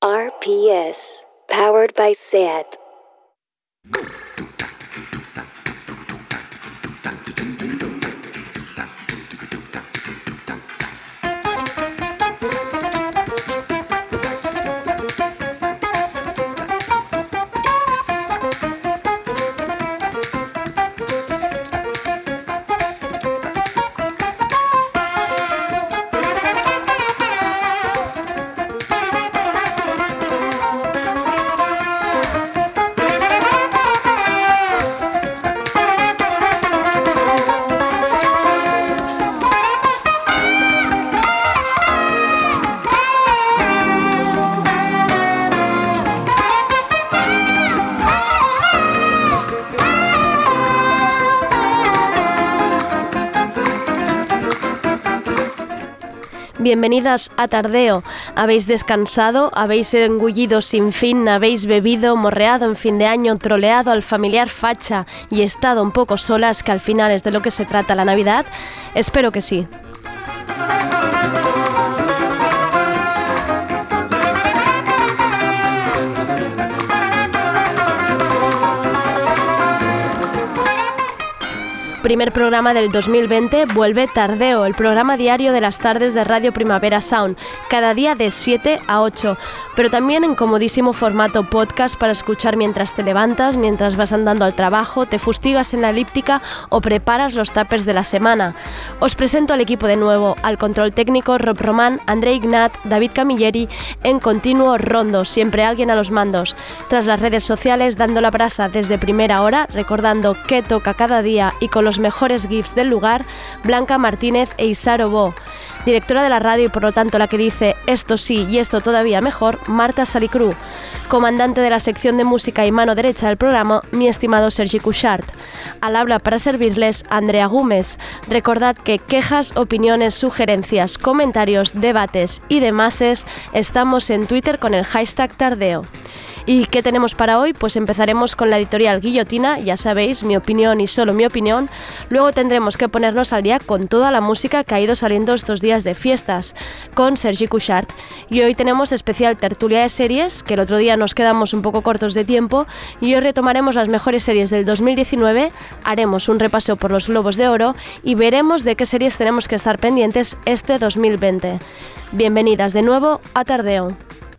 RPS, powered by SAT. Bienvenidas a Tardeo. ¿Habéis descansado? ¿Habéis engullido sin fin? ¿Habéis bebido, morreado en fin de año, troleado al familiar facha y estado un poco solas, que al final es de lo que se trata la Navidad? Espero que sí. Primer programa del 2020, vuelve Tardeo, el programa diario de las tardes de Radio Primavera Sound, cada día de 7 a 8, pero también en comodísimo formato podcast para escuchar mientras te levantas, mientras vas andando al trabajo, te fustigas en la elíptica o preparas los tuppers de la semana. Os presento al equipo de nuevo, al control técnico Rob Román, André Ignat, David Camilleri, en continuo rondo, siempre alguien a los mandos. Tras las redes sociales, dando la brasa desde primera hora, recordando qué toca cada día y con los mejores GIFs del lugar, Blanca Martínez e Isar Obó. Directora de la radio y por lo tanto la que dice esto sí y esto todavía mejor, Marta Salicru. Comandante de la sección de música y mano derecha del programa, mi estimado Sergi Cuixart. Al habla para servirles, Andrea Gómez. Recordad que quejas, opiniones, sugerencias, comentarios, debates y demás estamos en Twitter con el hashtag Tardeo. ¿Y qué tenemos para hoy? Pues empezaremos con la editorial Guillotina, ya sabéis, mi opinión y solo mi opinión. Luego tendremos que ponernos al día con toda la música que ha ido saliendo estos días de fiestas, con Sergi Cuixart. Y hoy tenemos especial tertulia de series, que el otro día nos quedamos un poco cortos de tiempo, y hoy retomaremos las mejores series del 2019, haremos un repaso por los Globos de Oro y veremos de qué series tenemos que estar pendientes este 2020. Bienvenidas de nuevo a Tardeo.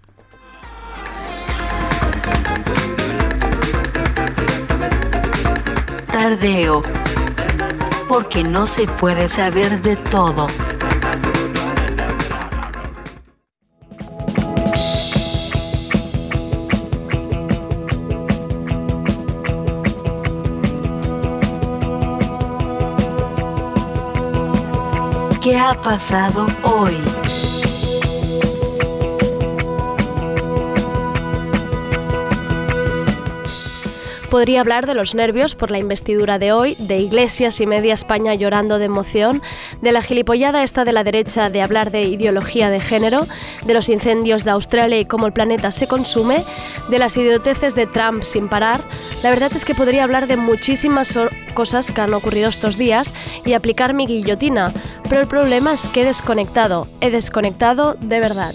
Tardeo, porque no se puede saber de todo. ¿Qué ha pasado hoy? Podría hablar de los nervios por la investidura de hoy, de Iglesias y media España llorando de emoción, de la gilipollada esta de la derecha de hablar de ideología de género, de los incendios de Australia y cómo el planeta se consume, de las idioteces de Trump sin parar. La verdad es que podría hablar de muchísimas cosas que han ocurrido estos días y aplicar mi guillotina, pero el problema es que he desconectado de verdad.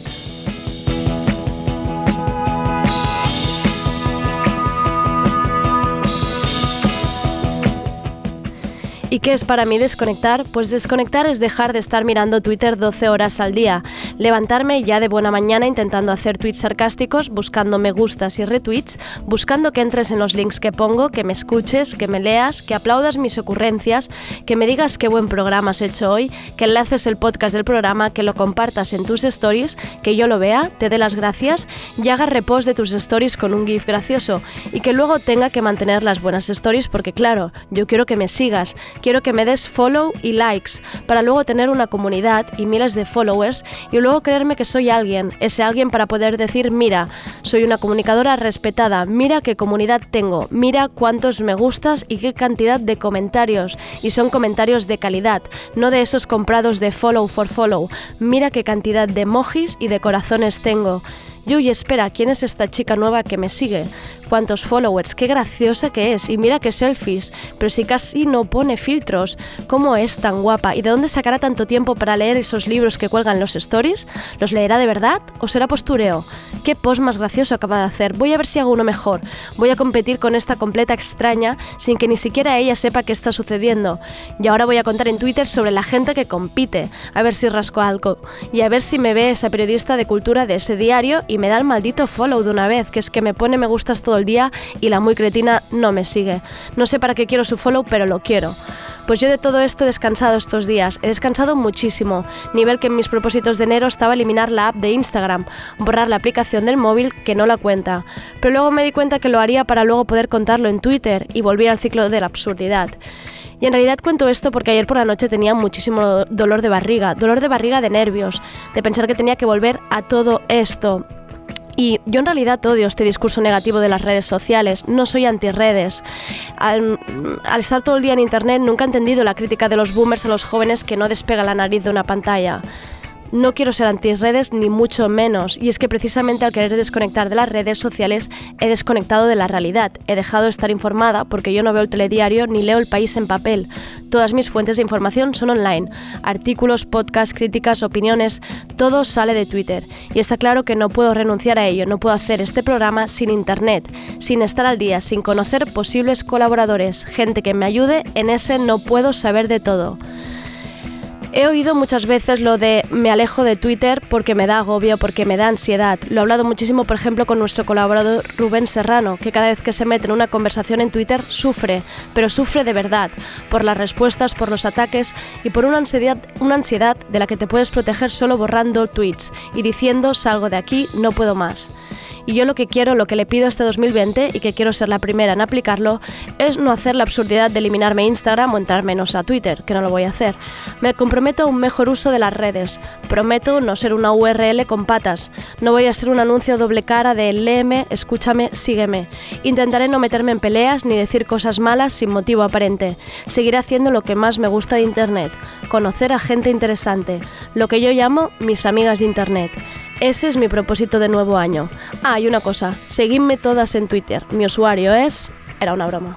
¿Y qué es para mí desconectar? Pues desconectar es dejar de estar mirando Twitter 12 horas al día, levantarme ya de buena mañana intentando hacer tweets sarcásticos, buscando me gustas y retweets, buscando que entres en los links que pongo, que me escuches, que me leas, que aplaudas mis ocurrencias, que me digas qué buen programa has hecho hoy, que enlaces el podcast del programa, que lo compartas en tus stories, que yo lo vea, te dé las gracias y haga repost de tus stories con un GIF gracioso y que luego tenga que mantener las buenas stories porque claro, yo quiero que me sigas, quiero que me des follow y likes para luego tener una comunidad y miles de followers y luego creerme que soy alguien, ese alguien para poder decir mira, soy una comunicadora respetada, mira qué comunidad tengo, mira cuántos me gustas y qué cantidad de comentarios y son comentarios de calidad, no de esos comprados de follow for follow, mira qué cantidad de emojis y de corazones tengo. Y espera, ¿quién es esta chica nueva que me sigue? ¿Cuántos followers? ¡Qué graciosa que es! Y mira qué selfies, pero si casi no pone filtros. ¿Cómo es tan guapa? ¿Y de dónde sacará tanto tiempo para leer esos libros que cuelgan los stories? ¿Los leerá de verdad o será postureo? ¿Qué post más gracioso acaba de hacer? Voy a ver si hago uno mejor. Voy a competir con esta completa extraña sin que ni siquiera ella sepa qué está sucediendo. Y ahora voy a contar en Twitter sobre la gente que compite, a ver si rasco algo. Y a ver si me ve esa periodista de cultura de ese diario y me da el maldito follow de una vez, que es que me pone me gustas todo el día y la muy cretina no me sigue. No sé para qué quiero su follow, pero lo quiero. Pues yo de todo esto he descansado estos días, he descansado muchísimo, nivel que en mis propósitos de enero estaba eliminar la app de Instagram, borrar la aplicación del móvil que no la cuenta. Pero luego me di cuenta que lo haría para luego poder contarlo en Twitter y volví al ciclo de la absurdidad. Y en realidad cuento esto porque ayer por la noche tenía muchísimo dolor de barriga de nervios, de pensar que tenía que volver a todo esto. Y yo en realidad odio este discurso negativo de las redes sociales, no soy antirredes. Al estar todo el día en internet nunca he entendido la crítica de los boomers a los jóvenes que no despegan la nariz de una pantalla. No quiero ser antirredes ni mucho menos, y es que precisamente al querer desconectar de las redes sociales he desconectado de la realidad, he dejado de estar informada porque yo no veo el telediario ni leo El País en papel. Todas mis fuentes de información son online, artículos, podcasts, críticas, opiniones, todo sale de Twitter. Y está claro que no puedo renunciar a ello, no puedo hacer este programa sin internet, sin estar al día, sin conocer posibles colaboradores, gente que me ayude en ese no puedo saber de todo. He oído muchas veces lo de me alejo de Twitter porque me da agobio, porque me da ansiedad. Lo he hablado muchísimo, por ejemplo, con nuestro colaborador Rubén Serrano, que cada vez que se mete en una conversación en Twitter sufre, pero sufre de verdad, por las respuestas, por los ataques y por una ansiedad de la que te puedes proteger solo borrando tweets y diciendo salgo de aquí, no puedo más. Y yo lo que quiero, lo que le pido este 2020, y que quiero ser la primera en aplicarlo, es no hacer la absurdidad de eliminarme Instagram o entrar menos a Twitter, que no lo voy a hacer. Me comprometo a un mejor uso de las redes. Prometo no ser una URL con patas. No voy a ser un anuncio doble cara de léeme, escúchame, sígueme. Intentaré no meterme en peleas ni decir cosas malas sin motivo aparente. Seguiré haciendo lo que más me gusta de Internet, conocer a gente interesante, lo que yo llamo mis amigas de Internet. Ese es mi propósito de nuevo año. Ah, y una cosa, seguidme todas en Twitter. Mi usuario es... Era una broma.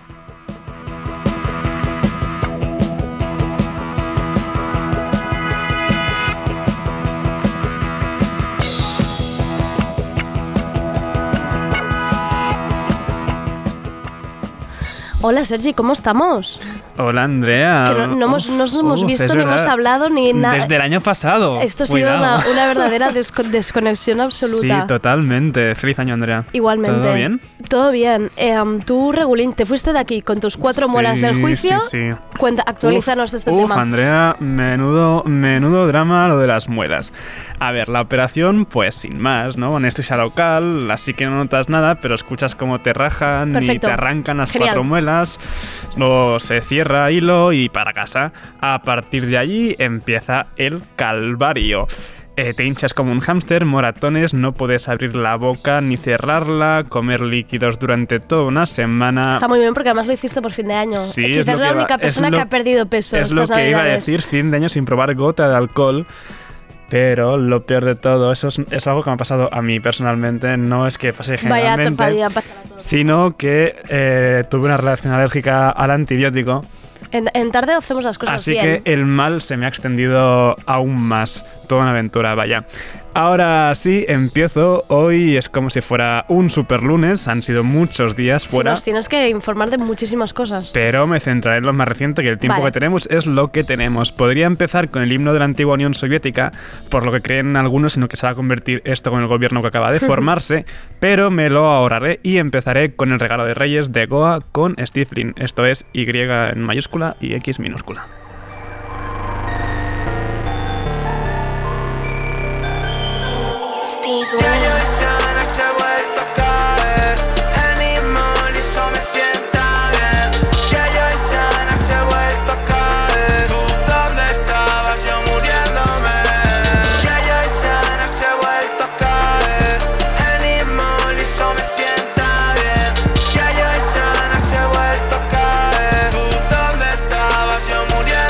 Hola Sergi, ¿cómo estamos? Hola Andrea. Que no nos hemos visto ni hemos hablado ni nada. Desde el año pasado. Esto ha sido una verdadera desconexión absoluta. Sí, totalmente. Feliz año, Andrea. Igualmente. ¿Todo bien? Todo bien. Tú, Regulín, te fuiste de aquí con tus 4 muelas del juicio. Sí. Actualízanos este tema. Andrea, menudo drama lo de las muelas. A ver, la operación, pues sin más, ¿no? Anestesia local, así que no notas nada, pero escuchas cómo te rajan. Perfecto. Y te arrancan las 4 muelas. Luego se cierra hilo y para casa. A partir de allí empieza el calvario. Te hinchas como un hámster, moratones, no puedes abrir la boca ni cerrarla, comer líquidos durante toda una semana. Está muy bien porque además lo hiciste por fin de año. Sí, quizás es la única persona que ha perdido peso estas navidades. Es lo que iba a decir, fin de año sin probar gota de alcohol. Pero lo peor de todo, eso es algo que me ha pasado a mí personalmente, no es que pase generalmente, sino que tuve una reacción alérgica al antibiótico. En tarde hacemos las cosas así bien. Así que el mal se me ha extendido aún más. Toda una aventura, vaya. Ahora sí, empiezo. Hoy es como si fuera un super lunes. Han sido muchos días fuera. Sí, nos tienes que informar de muchísimas cosas. Pero me centraré en lo más reciente, que el tiempo que tenemos es lo que tenemos. Podría empezar con el himno de la antigua Unión Soviética, por lo que creen algunos, sino que se va a convertir esto con el gobierno que acaba de formarse, pero me lo ahorraré y empezaré con el regalo de Reyes de Goa con Steve Lin. Esto es Y en mayúscula y X minúscula. Ya no se ha vuelto a caer, el mismo liso me sienta bien. Ya no se ha vuelto a caer, ¿tú dónde estabas? Yo muriéndome. Ya no se ha vuelto a caer, el mismo liso me sienta bien. Ya no se ha vuelto a caer, ¿tú dónde estabas? Yo muriéndome.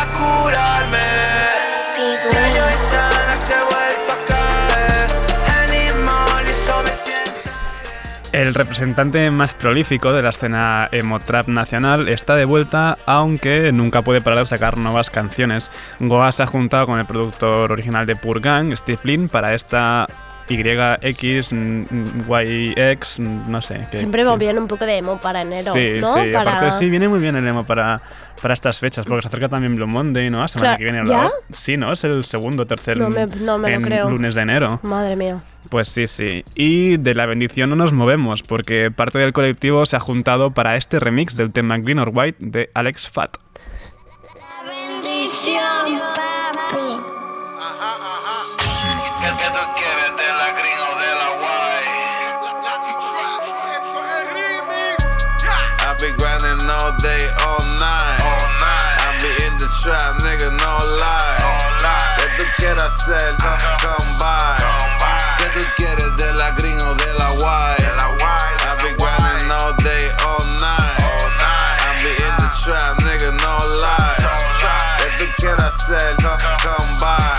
para curarme. Ya yo en Xanax he vuelto a caer. Animal y eso me siento. El representante más prolífico de la escena emo trap nacional está de vuelta, aunque nunca puede parar de sacar nuevas canciones. Goa se ha juntado con el productor original de Purgang, Steve Lin, para esta YX, no sé. Siempre me viene un poco de emo para enero, sí, ¿no? Sí, aparte sí, viene muy bien el emo para estas fechas, porque se acerca también Blue Monday, ¿no? La semana que viene. ¿Ya? Sí, ¿no? Es el segundo o tercer no me lo creo. Lunes de enero. Madre mía. Pues sí. Y de la bendición no nos movemos, porque parte del colectivo se ha juntado para este remix del tema Green or White de Alex Fat. La bendición, papi. ¿Qué tú quieres de la green o de la white? I be grinding all day, all night. I be in the trap, nigga, no lie. ¿Qué tú quieres hacer? Come by. ¿Qué tú quieres de la green o de la white? I be grinding all day, all night. I be in the trap, nigga, no lie. ¿Qué tú quieres hacer? Come by.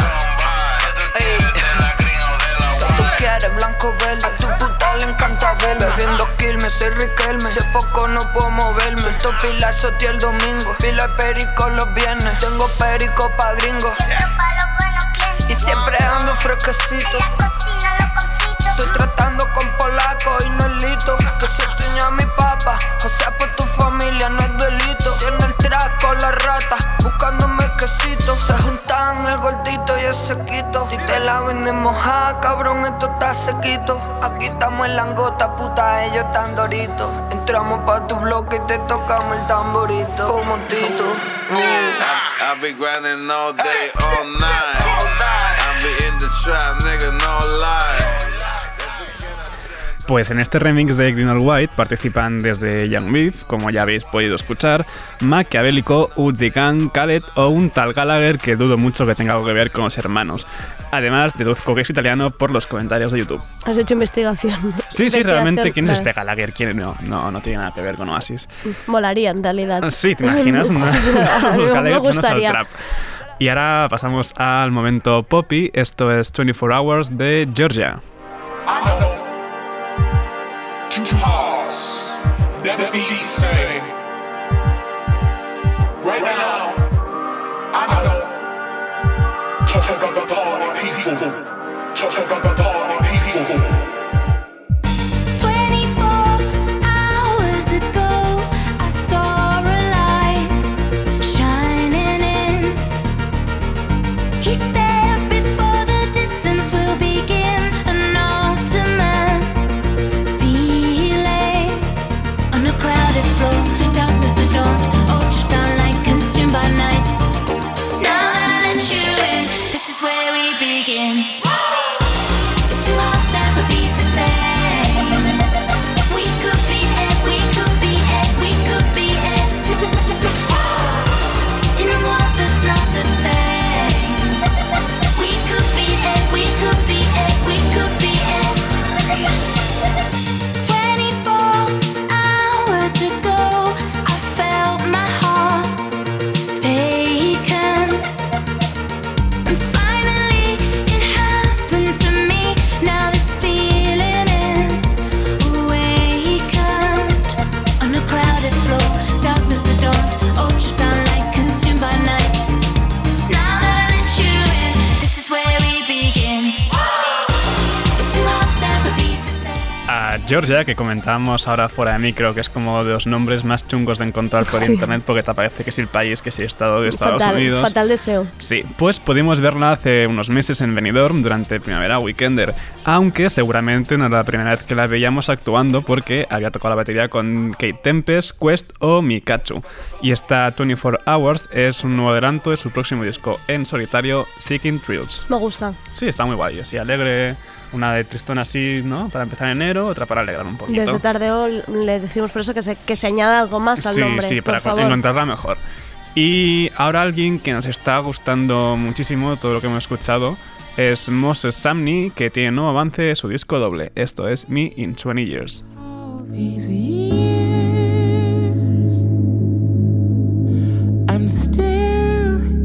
Blanco verde, a tu puta le encanta verme. Bebiendo kill, me soy Riquelme. Hace poco no puedo moverme. Suelto pila soti el domingo, pila de perico los viernes. Tengo perico pa' gringos y siempre ando fresquecito. Estoy tratando con polaco y no es lito. Que se tiña mi papa, o sea por tu familia no es delito. Tiene el track con la rata, buscándome el quesito. Se juntan el gordito y el sequito. Si te la venden mojada, cabrón, esto está sequito. Aquí estamos en langota, puta, ellos están doritos. Entramos pa' tu bloque y te tocamos el tamborito. Como Tito. I be grinding all day, all night. I be in the trap, nigga, no lie. Pues en este remix de Green or White participan desde Young Beef, como ya habéis podido escuchar, Maquiavélico, Uzi Khan, Khaled o un tal Gallagher que dudo mucho que tenga algo que ver con los hermanos. Además, deduzco que es italiano por los comentarios de YouTube. ¿Has hecho investigación? Sí, realmente, ¿quién es este Gallagher? ¿Quién? No tiene nada que ver con Oasis. Molaría, en realidad. Sí, ¿te imaginas? Me gustaría. Trap. Y ahora pasamos al momento Poppy. Esto es 24 Hours de Georgia. Two hearts, never be the same. Right now, I know. Talking about the party people. Talking about the party people. 24 hours ago, I saw a light shining in. He said before the distance will begin, an ultimate on a crowded floor, darkness adorned, ultrasound light consumed by night. Now that I let you in, this is where we begin. The two hearts never beat the same. We could be it, we could be it, we could be it. In a world that's not the same. We could be it, we could be it, we could be it. 24 hours ago, I felt my heart taken, and finally it happened to me. Now this feeling is awakened. On a crowded floor, darkness adorned, ultrasound light consumed by night. Now that I let you in, this is where we begin. The two hearts never beat the same. A Georgia, que comentábamos ahora fuera de micro, que es como de los nombres más chungos de encontrar por internet, porque te aparece que es el país, que es el estado de Estados Unidos. Fatal deseo. Sí, pues pudimos verla hace unos meses en Benidorm durante Primavera Weekender, aunque seguramente no era la primera vez que la veíamos actuando, porque había tocado la batería con Kate Tempest, Quest o Mikachu. Y esta 24 Hours es un nuevo adelanto de su próximo disco en solitario, Seeking Thrills. Me gusta. Sí, está muy guay, así alegre. Una de tristón así, ¿no? Para empezar enero, otra para alegrar un poquito. Desde Tardeo le decimos por eso que se añada algo más al nombre. Sí, para favor. encontrarla mejor. Y ahora alguien que nos está gustando muchísimo todo lo que hemos escuchado es Moses Sumney, que tiene un nuevo avance de su disco doble. Esto es Me in 20 Years. I'm still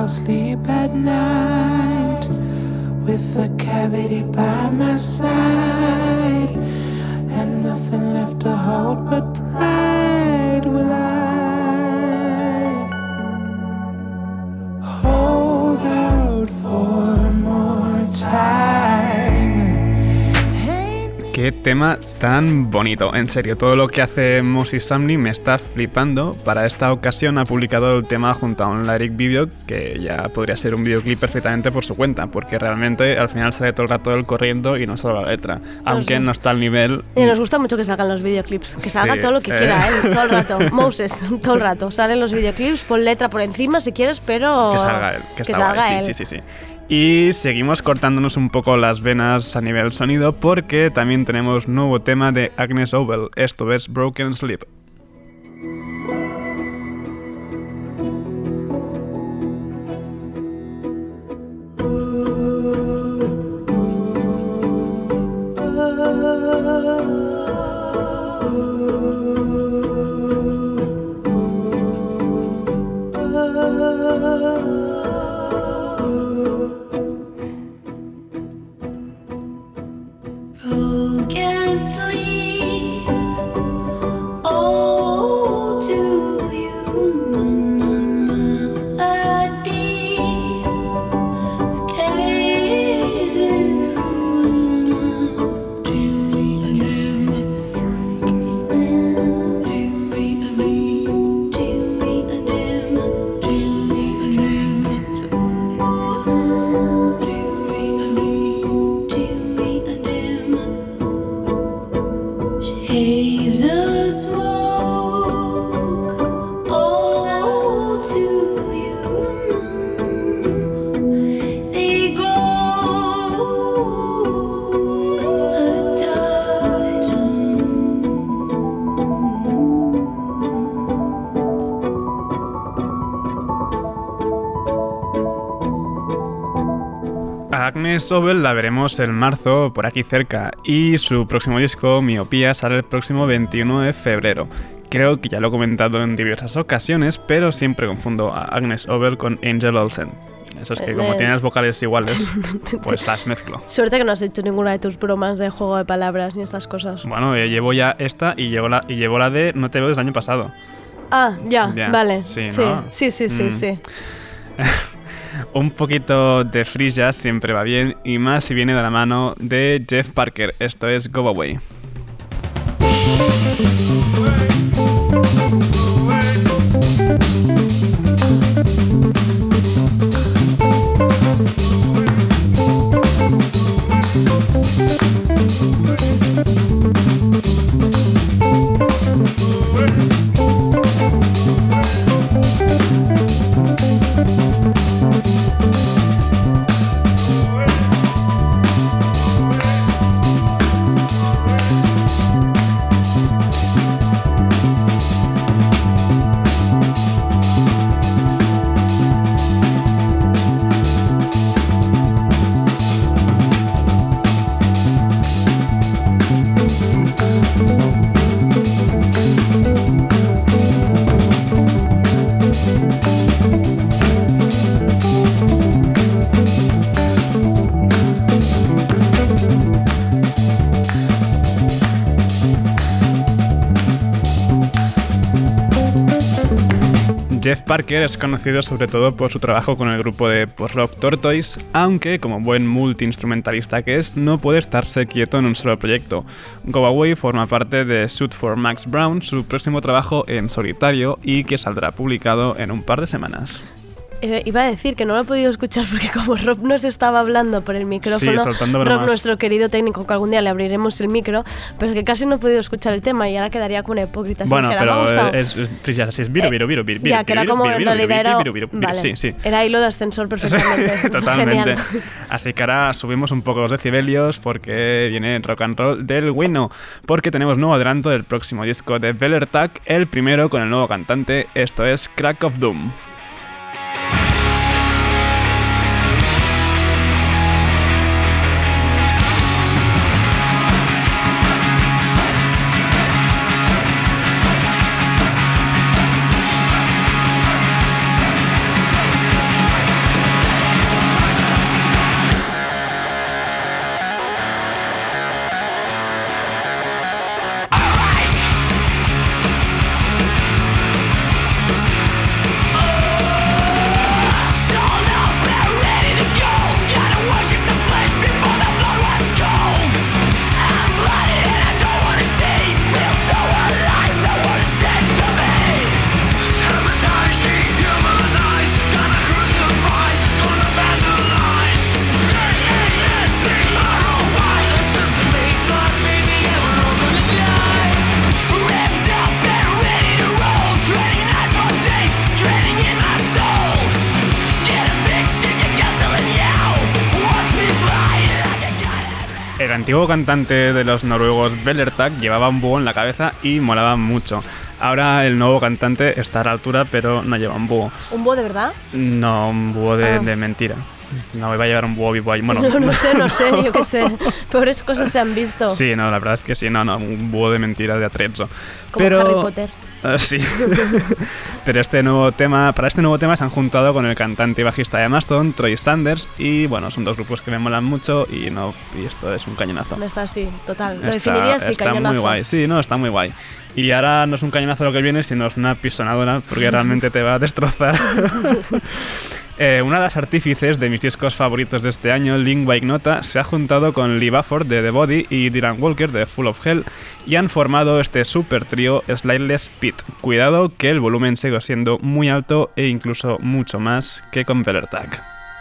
I'll sleep at night with a cavity by my side and nothing left to hold but pride. Will I hold out for more time? Qué tema tan bonito, en serio, todo lo que hace Moses Sumney me está flipando. Para esta ocasión ha publicado el tema junto a un lyric video que ya podría ser un videoclip perfectamente por su cuenta, porque realmente al final sale todo el rato él corriendo y no solo la letra, aunque no está al nivel. Y nos gusta mucho que salgan los videoclips, que salga todo lo que quiera él, todo el rato. Moses, todo el rato, salen los videoclips, pon letra por encima si quieres, pero que salga él, que salga él. Sí. Y seguimos cortándonos un poco las venas a nivel sonido porque también tenemos nuevo tema de Agnes Obel, esto es Broken Sleep. Broken sleep. Oh, do you melody? It's gazing through dream me a dream, dream me a dream, dream me a dream, dream me a dream, dream me a dream, dream me a dream. Shapes of smoke, oh, to you, they grow a titan. A Agnes Obel la veremos en marzo por aquí cerca y su próximo disco, Miopía, sale el próximo 21 de febrero. Creo que ya lo he comentado en diversas ocasiones, pero siempre confundo a Agnes Obel con Angel Olsen. Eso es que como tienen las vocales iguales, pues las mezclo. Suerte que no has hecho ninguna de tus bromas de juego de palabras ni estas cosas. Bueno, llevo ya esta y llevo la de No te veo desde el año pasado. Ah, ya. Vale. Sí, ¿no? Sí. Un poquito de free jazz siempre va bien, y más si viene de la mano de Jeff Parker. Esto es Go Away. Jeff Parker es conocido sobre todo por su trabajo con el grupo de post-rock Tortoise, aunque, como buen multi-instrumentalista que es, no puede estarse quieto en un solo proyecto. Go Away forma parte de Suit for Max Brown, su próximo trabajo en solitario y que saldrá publicado en un par de semanas. Iba a decir que no lo he podido escuchar porque como Rob nos estaba hablando por el micrófono, Rob, nuestro querido técnico, que algún día le abriremos el micro, pero es que casi no he podido escuchar el tema y ahora quedaría como una hipócrita. Bueno, dijera, pero es viro. Ya, que era como en realidad era... Vale, sí. Era hilo de ascensor perfectamente. Totalmente. Genial. Así que ahora subimos un poco los decibelios porque viene rock and roll del bueno, porque tenemos nuevo adelanto del próximo disco de Bellertag, el primero con el nuevo cantante. Esto es Crack of Doom. antiguo cantante de los noruegos Bellertag llevaba un búho en la cabeza y molaba mucho. Ahora el nuevo cantante está a la altura, pero no lleva un búho. ¿Un búho de verdad? No, un búho de mentira. No me va a llevar un búho vivo ahí. Bueno, no sé, yo qué sé. Peores cosas se han visto. Sí, no, la verdad es que sí, no, un búho de mentira de atrezzo. Como Harry Potter. Sí. Pero para este nuevo tema se han juntado con el cantante y bajista de Mastodon, Troy Sanders, y bueno, son dos grupos que me molan mucho y esto es un cañonazo. Está así, total. Lo definiría así, cañonazo. Está muy guay, sí, no, está muy guay. Y ahora no es un cañonazo lo que viene, sino es una pisonadora, porque realmente te va a destrozar. Una de las artífices de mis discos favoritos de este año, Lingua Ignota, se ha juntado con Lee Bafford de The Body y Dylan Walker de Full of Hell y han formado este super trío Slideless Pit. Cuidado que el volumen sigue siendo muy alto e incluso mucho más que con Bellertag.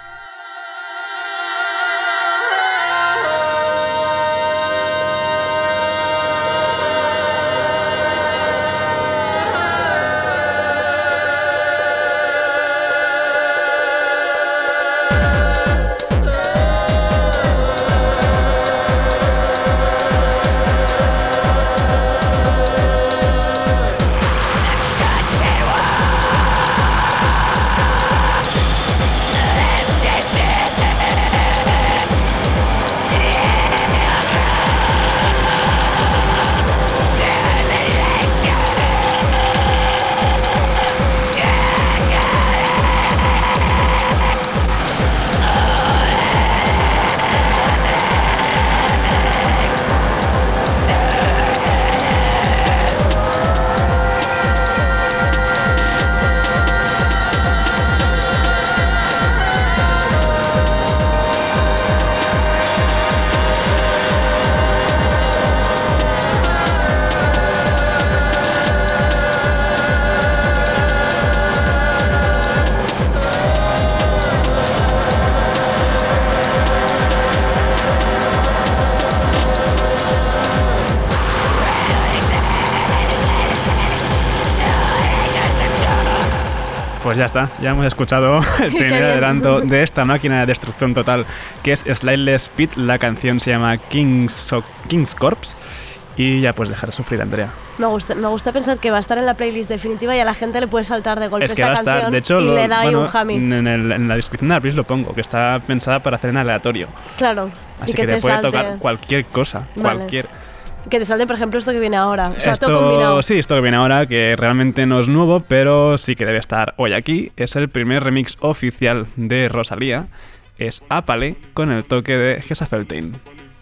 Pues ya está, ya hemos escuchado el primer adelanto de esta máquina de destrucción total que es Slideless Pit. La canción se llama King's Corpse y ya puedes dejar de sufrir, Andrea. Me gusta pensar que va a estar en la playlist definitiva y a la gente le puede saltar de golpe es que esta va a estar, canción de hecho, y le da ahí un hammy. En la descripción de la playlist lo pongo, que está pensada para hacer en aleatorio. Claro. Así y que te puede salte tocar cualquier cosa, vale. cualquier... Que te salte, por ejemplo, esto que viene ahora. O sea, todo combinado. Sí, esto que viene ahora, que realmente no es nuevo, pero sí que debe estar hoy aquí. Es el primer remix oficial de Rosalía. Es Apale con el toque de Gesa Feltein.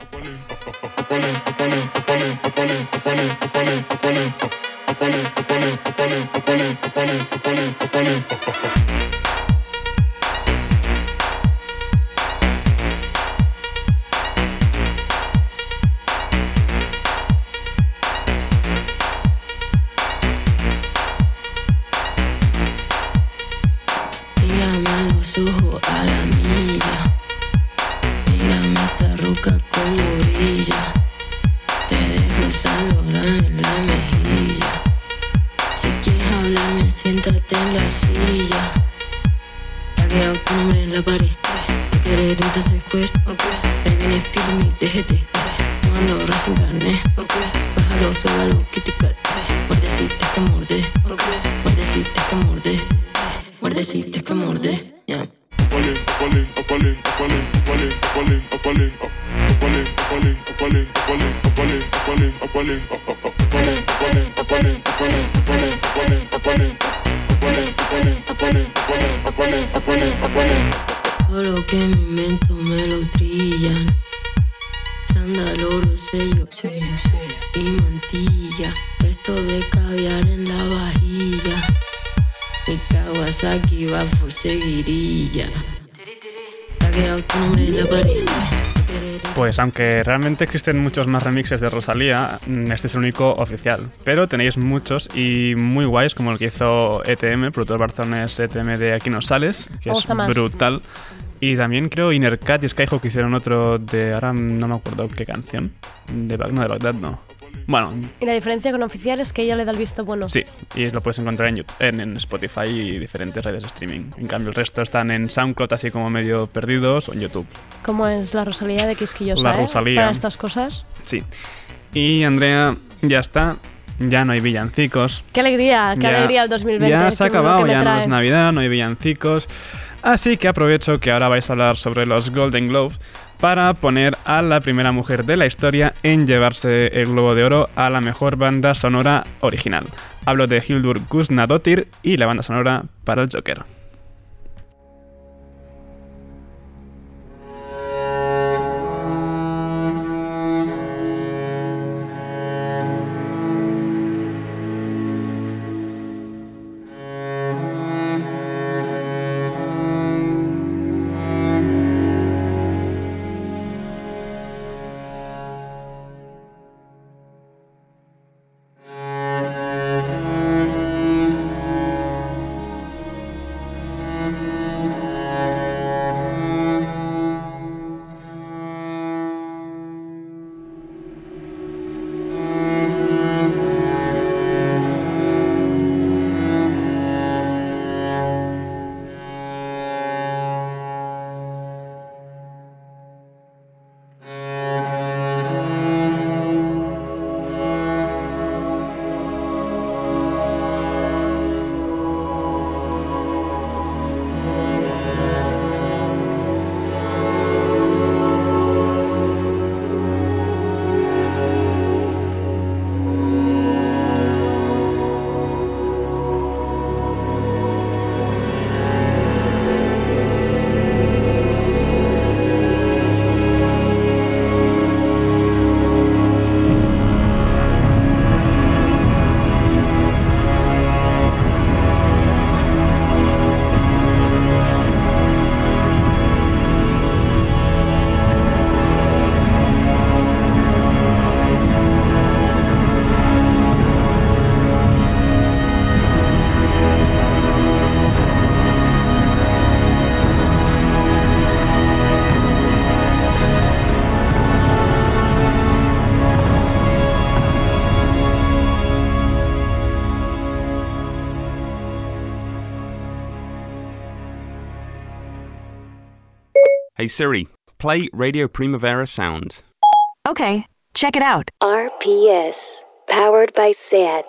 Ojo a la milla, mírame esta ruca como brilla, te dejo esa lora en la mejilla, si quieres hablarme siéntate en la silla, ha quedado tu nombre en la pared, querer un tercer square, ahí viene Speed Me, DGT, mando Racing Carnet, bájalo, suélalo, Kitty Cat, muerdecita que morde, muerdecita que morde, muerdecita que morde. Yeah. Todo lo que me invento me lo trillan. Chándal, oro, sello y mantilla. Resto de caviar en la vajilla. Mi Kawasaki va por seguirilla. Ha quedado tu nombre en la pared. Pues aunque realmente existen muchos más remixes de Rosalía, este es el único oficial. Pero tenéis muchos y muy guays, como el que hizo ETM, el productor barcelonés ETM de Aquí No Sales, que es brutal. Y también creo Innercat y Skyhawk hicieron otro de... Ahora no me acuerdo qué canción. De Bagdad no. Bueno. Y la diferencia con oficial es que ella le da el visto bueno. Sí, y lo puedes encontrar en Spotify y diferentes redes de streaming. En cambio el resto están en SoundCloud así como medio perdidos o en YouTube. ¿Cómo es la Rosalía de quisquillosa, La Rosalía. Para estas cosas. Sí. Y Andrea, ya está. Ya no hay villancicos. ¡Qué alegría! ¡Qué alegría el 2020! Ya se ha Qué bueno acabado, que me ya no trae. es Navidad, no hay villancicos. Así que aprovecho que ahora vais a hablar sobre los Golden Globes para poner a la primera mujer de la historia en llevarse el Globo de Oro a la mejor banda sonora original. Hablo de Hildur Guðnadóttir y la banda sonora para el Joker. Hey Siri, play Radio Primavera Sound. Okay, check it out. RPS, powered by SAT.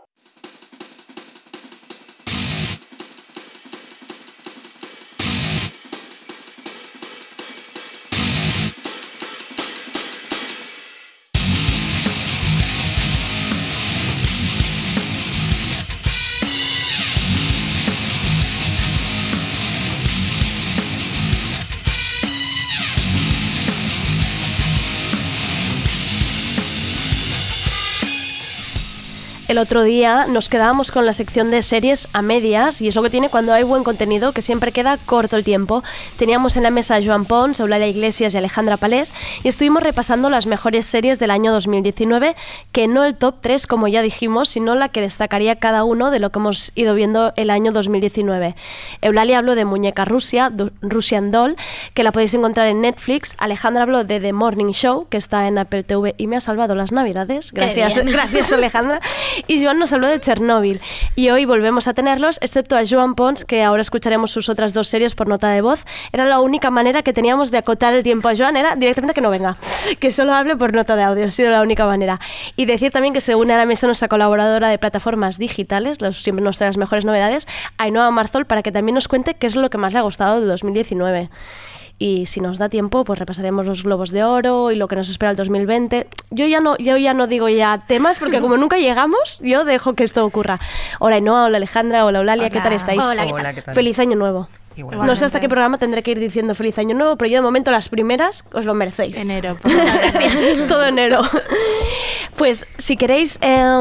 El otro día nos quedábamos con la sección de series a medias y es lo que tiene cuando hay buen contenido, que siempre queda corto el tiempo. Teníamos en la mesa a Joan Pons, Eulalia Iglesias y Alejandra Palés y estuvimos repasando las mejores series del año 2019, que no el top 3 como ya dijimos, sino la que destacaría cada uno de lo que hemos ido viendo el año 2019. Eulalia habló de Muñeca Rusia, Russian Doll, que la podéis encontrar en Netflix. Alejandra habló de The Morning Show, que está en Apple TV y me ha salvado las navidades. Gracias Alejandra. Y Joan nos habló de Chernóbil. Y hoy volvemos a tenerlos, excepto a Joan Pons, que ahora escucharemos sus otras dos series por nota de voz. Era la única manera que teníamos de acotar el tiempo a Joan, era directamente que no venga, que solo hable por nota de audio, ha sido la única manera. Y decir también que se une a la mesa nuestra colaboradora de plataformas digitales, siempre nos trae las mejores novedades, Ainhoa Marzol, para que también nos cuente qué es lo que más le ha gustado de 2019. Y si nos da tiempo, pues repasaremos los Globos de Oro y lo que nos espera el 2020. Yo ya no digo ya temas, porque como nunca llegamos, yo dejo que esto ocurra. Hola Ainhoa, hola Alejandra, hola Eulalia, ¿qué tal estáis? Hola, ¿qué tal? Feliz Año Nuevo. Igualmente. No sé hasta qué programa tendré que ir diciendo Feliz Año Nuevo, pero yo de momento las primeras os lo merecéis. Enero. Todo enero. Pues si queréis...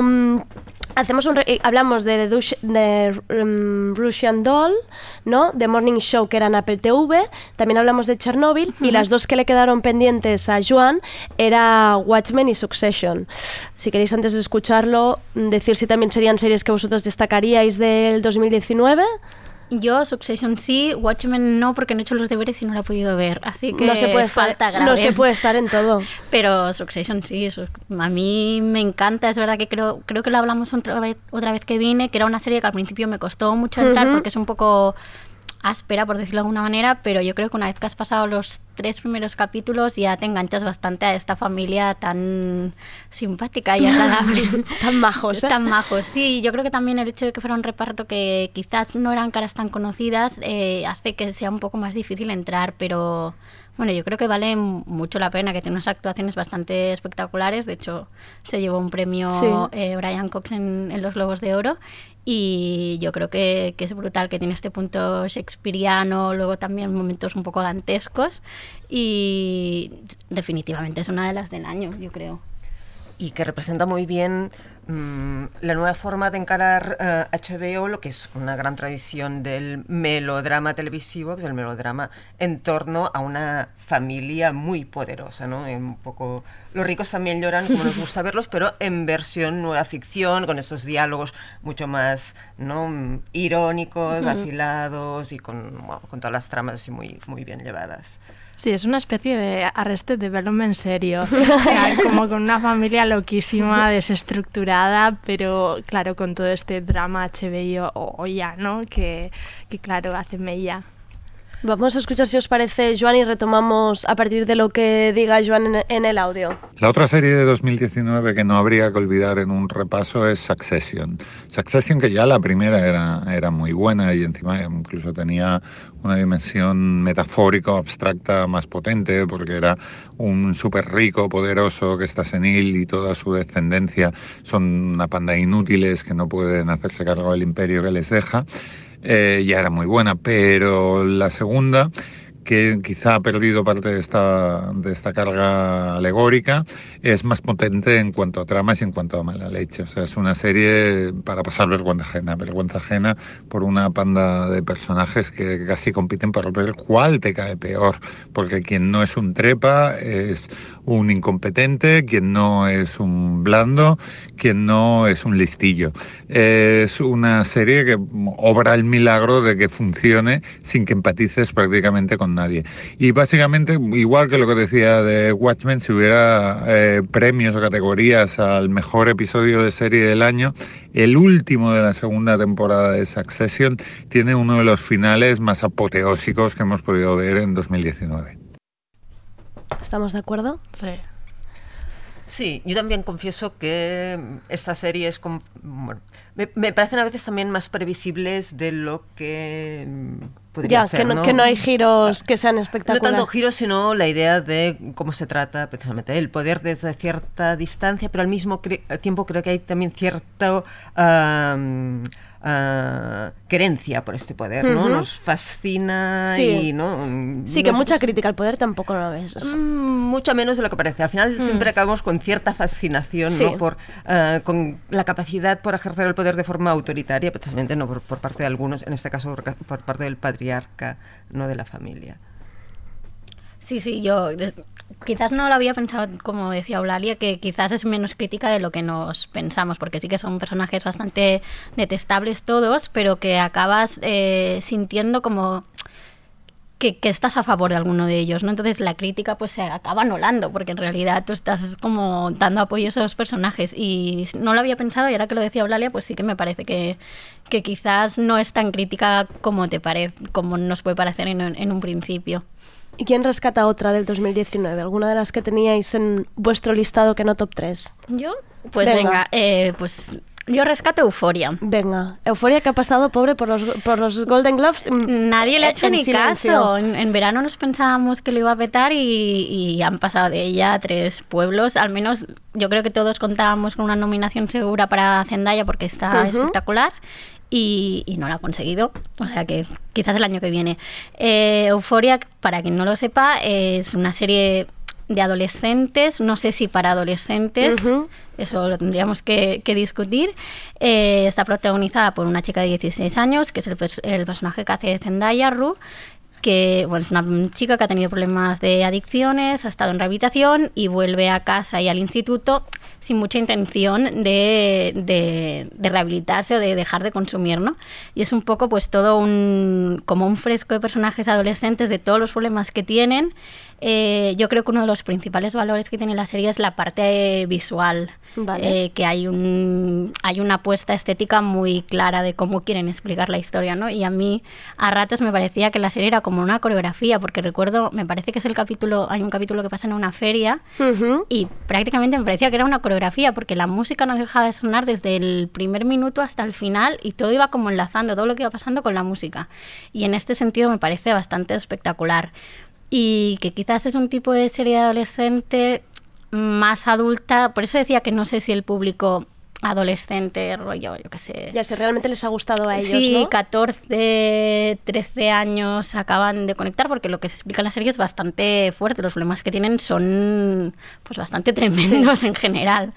hablamos de Russian Doll, ¿no? The Morning Show, que era en Apple TV. También hablamos de Chernóbil. Y las dos que le quedaron pendientes a Joan era Watchmen y Succession. Si queréis, antes de escucharlo, decir si también serían series que vosotros destacaríais del 2019. Yo, Succession sí, Watchmen no, porque no he hecho los deberes y no la he podido ver, así que no se puede no se puede estar en todo. Pero Succession sí, a mí me encanta, es verdad que creo que lo hablamos otra vez que vine, que era una serie que al principio me costó mucho entrar porque es un poco áspera, por decirlo de alguna manera, pero yo creo que una vez que has pasado los 3 primeros capítulos ya te enganchas bastante a esta familia tan simpática y agradable. Tan majos, ¿eh? Tan majos, sí. Yo creo que también el hecho de que fuera un reparto que quizás no eran caras tan conocidas hace que sea un poco más difícil entrar, pero bueno, yo creo que vale mucho la pena, que tiene unas actuaciones bastante espectaculares. De hecho, se llevó un premio Brian Cox en los Globos de Oro. Y yo creo que es brutal, que tiene este punto shakespeariano, luego también momentos un poco dantescos, y definitivamente es una de las del año, yo creo. Y que representa muy bien la nueva forma de encarar HBO, lo que es una gran tradición del melodrama televisivo, que es el melodrama en torno a una familia muy poderosa, ¿no? Un poco, los ricos también lloran, como nos gusta verlos, pero en versión nueva ficción, con estos diálogos mucho más, ¿no?, irónicos, afilados, y con todas las tramas así muy, muy bien llevadas. Sí, es una especie de Arrested Development serio, o sea, como con una familia loquísima, desestructurada, pero claro, con todo este drama HBO o ya, ¿no?, que claro, hace mella. Vamos a escuchar, si os parece, Joan, y retomamos a partir de lo que diga Joan en el audio. La otra serie de 2019 que no habría que olvidar en un repaso es Succession. Succession, que ya la primera era muy buena y encima incluso tenía una dimensión metafórica o abstracta más potente, porque era un súper rico, poderoso, que está senil y toda su descendencia son una panda de inútiles que no pueden hacerse cargo del imperio que les deja. Ya era muy buena, pero la segunda, que quizá ha perdido parte de esta carga alegórica, es más potente en cuanto a tramas y en cuanto a mala leche. O sea, es una serie para pasar vergüenza ajena por una panda de personajes que casi compiten por ver cuál te cae peor, porque quien no es un trepa es un incompetente, quien no es un blando, quien no es un listillo. Es una serie que obra el milagro de que funcione sin que empatices prácticamente con nadie. Y básicamente, igual que lo que decía de Watchmen, si hubiera premios o categorías al mejor episodio de serie del año, el último de la segunda temporada de Succession tiene uno de los finales más apoteósicos que hemos podido ver en 2019. ¿Estamos de acuerdo? Sí. Sí, yo también confieso que esta serie es me parecen a veces también más previsibles de lo que podría ser, ¿no? Que no hay giros que sean espectaculares. No tanto giros, sino la idea de cómo se trata precisamente el poder desde cierta distancia, pero al mismo tiempo creo que hay también cierta querencia por este poder, ¿no? Nos fascina, sí. Y ¿no? Sí, que mucha crítica al poder tampoco lo ves. Mucho menos de lo que parece. Al final siempre acabamos con cierta fascinación, sí. ¿no? Con la capacidad por ejercer el poder de forma autoritaria, precisamente no por parte de algunos, en este caso por parte del patriarca, no de la familia. Sí, yo quizás no lo había pensado, como decía Eulalia, que quizás es menos crítica de lo que nos pensamos, porque sí que son personajes bastante detestables todos, pero que acabas sintiendo como que estás a favor de alguno de ellos, ¿no? Entonces la crítica pues se acaba anulando, porque en realidad tú estás como dando apoyo a esos personajes, y no lo había pensado, y ahora que lo decía Eulalia, pues sí que me parece que quizás no es tan crítica como como nos puede parecer en un principio. ¿Y quién rescata otra del 2019? ¿Alguna de las que teníais en vuestro listado que no top 3? ¿Yo? Pues venga, pues yo rescato Euphoria. Venga, Euphoria, que ha pasado, pobre, por los Golden Globes. Nadie le ha hecho ni silencio. caso. En verano nos pensábamos que lo iba a petar y han pasado de ella 3 pueblos. Al menos yo creo que todos contábamos con una nominación segura para Zendaya, porque está espectacular. Y no lo ha conseguido, o sea que quizás el año que viene. Euphoria, para quien no lo sepa, es una serie de adolescentes, no sé si para adolescentes, eso lo tendríamos que discutir. Está protagonizada por una chica de 16 años, que es el personaje que hace Zendaya, Rue, que bueno, es una chica que ha tenido problemas de adicciones, ha estado en rehabilitación y vuelve a casa y al instituto sin mucha intención de rehabilitarse o de dejar de consumir, ¿no? Y es un poco pues todo como un fresco de personajes adolescentes de todos los problemas que tienen. Yo creo que uno de los principales valores que tiene la serie es la parte visual, vale. Que hay una apuesta estética muy clara de cómo quieren explicar la historia, ¿no? Y a mí a ratos me parecía que la serie era como una coreografía, porque recuerdo, me parece que es hay un capítulo que pasa en una feria y prácticamente me parecía que era una coreografía, porque la música no dejaba de sonar desde el primer minuto hasta el final y todo iba como enlazando, todo lo que iba pasando con la música. Y en este sentido me parece bastante espectacular. Y que quizás es un tipo de serie adolescente más adulta, por eso decía que no sé si el público adolescente, rollo, yo qué sé. Ya sé, realmente les ha gustado a ellos, sí, ¿no? 14, 13 años acaban de conectar, porque lo que se explica en la serie es bastante fuerte, los problemas que tienen son pues bastante tremendos en general.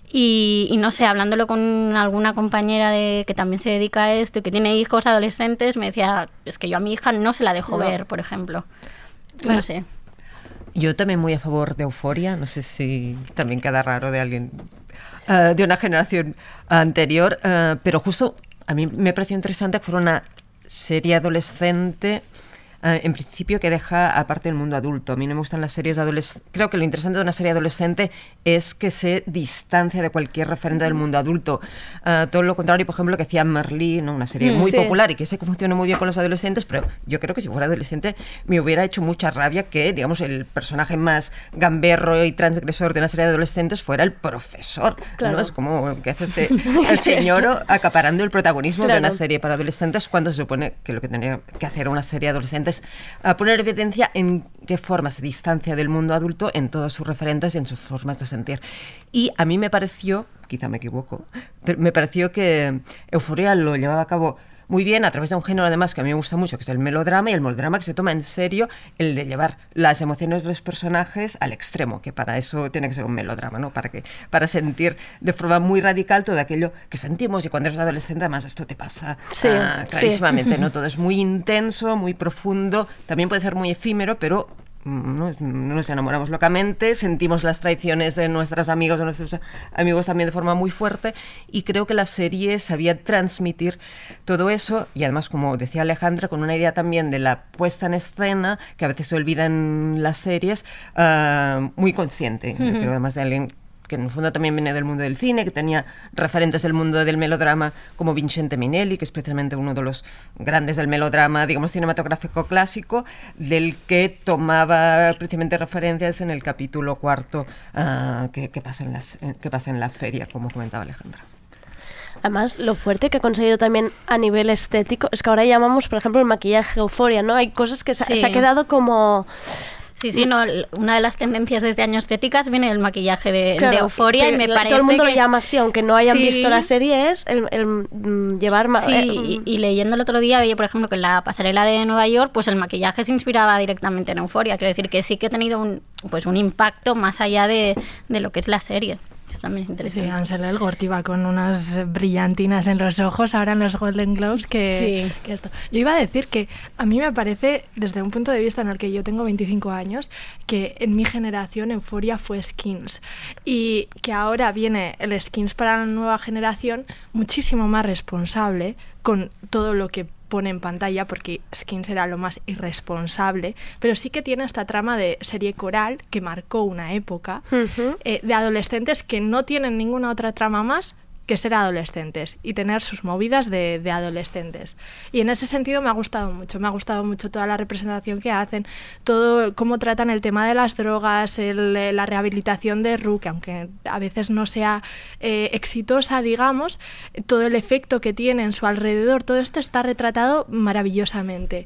Y no sé, hablándolo con alguna compañera que también se dedica a esto y que tiene hijos adolescentes, me decía, es que yo a mi hija no se la dejo ver, por ejemplo. Claro. No sé. Yo también muy a favor de Euphoria, no sé si también queda raro de alguien de una generación anterior, pero justo a mí me pareció interesante que fuera una serie adolescente, en principio que deja aparte el mundo adulto. A mí no me gustan las series adolescentes. Creo que lo interesante de una serie adolescente es que se distancia de cualquier referente del mundo adulto. Todo lo contrario, por ejemplo, que hacía Merlí, ¿no? Una serie muy popular y que sé que funciona muy bien con los adolescentes, pero yo creo que si fuera adolescente me hubiera hecho mucha rabia que, digamos, el personaje más gamberro y transgresor de una serie de adolescentes fuera el profesor. Claro. ¿No? Es como que hace el señor acaparando el protagonismo de una serie para adolescentes, cuando se supone que lo que tenía que hacer una serie adolescente a poner evidencia en qué forma se distancia del mundo adulto en todos sus referentes y en sus formas de sentir. Y a mí me pareció, quizá me equivoco, pero me pareció que Euphoria lo llevaba a cabo muy bien a través de un género además que a mí me gusta mucho, que es el melodrama, y el melodrama que se toma en serio el de llevar las emociones de los personajes al extremo, que para eso tiene que ser un melodrama, ¿no? Para sentir de forma muy radical todo aquello que sentimos, y cuando eres adolescente además esto te pasa clarísimamente, ¿no? Todo es muy intenso, muy profundo, también puede ser muy efímero, pero no nos enamoramos locamente, sentimos las traiciones de nuestros amigos, de nuestros amigos también de forma muy fuerte, y creo que la serie sabía transmitir todo eso, y además, como decía Alejandra, con una idea también de la puesta en escena, que a veces se olvida en las series, muy consciente, pero además de alguien que en el fondo también viene del mundo del cine, que tenía referentes del mundo del melodrama como Vincente Minnelli, que es precisamente uno de los grandes del melodrama, digamos, cinematográfico clásico, del que tomaba precisamente referencias en el capítulo 4 que pasa en la feria, como comentaba Alejandra. Además, lo fuerte que ha conseguido también a nivel estético es que ahora llamamos, por ejemplo, el maquillaje Euphoria, ¿no? Hay cosas que se ha quedado como... Sí, no, una de las tendencias desde años estéticas viene el maquillaje de Euphoria, y me parece todo el mundo que lo llama así, aunque no hayan visto la serie, es el llevar... y leyendo el otro día veía, por ejemplo, que en la pasarela de Nueva York, pues el maquillaje se inspiraba directamente en Euphoria. Quiero decir que sí que ha tenido un impacto más allá de lo que es la serie. Eso también es interesante. Sí, Ansel Elgort iba con unas brillantinas en los ojos ahora en los Golden Globes que esto. Yo iba a decir que a mí me parece, desde un punto de vista en el que yo tengo 25 años, que en mi generación Euphoria fue Skins, y que ahora viene el Skins para la nueva generación muchísimo más responsable con todo lo que pone en pantalla, porque Skins era lo más irresponsable, pero sí que tiene esta trama de serie coral que marcó una época, de adolescentes que no tienen ninguna otra trama más que ser adolescentes y tener sus movidas de adolescentes. Y en ese sentido me ha gustado mucho toda la representación que hacen, todo cómo tratan el tema de las drogas, la rehabilitación de Rue, que aunque a veces no sea exitosa, digamos, todo el efecto que tiene en su alrededor, todo esto está retratado maravillosamente.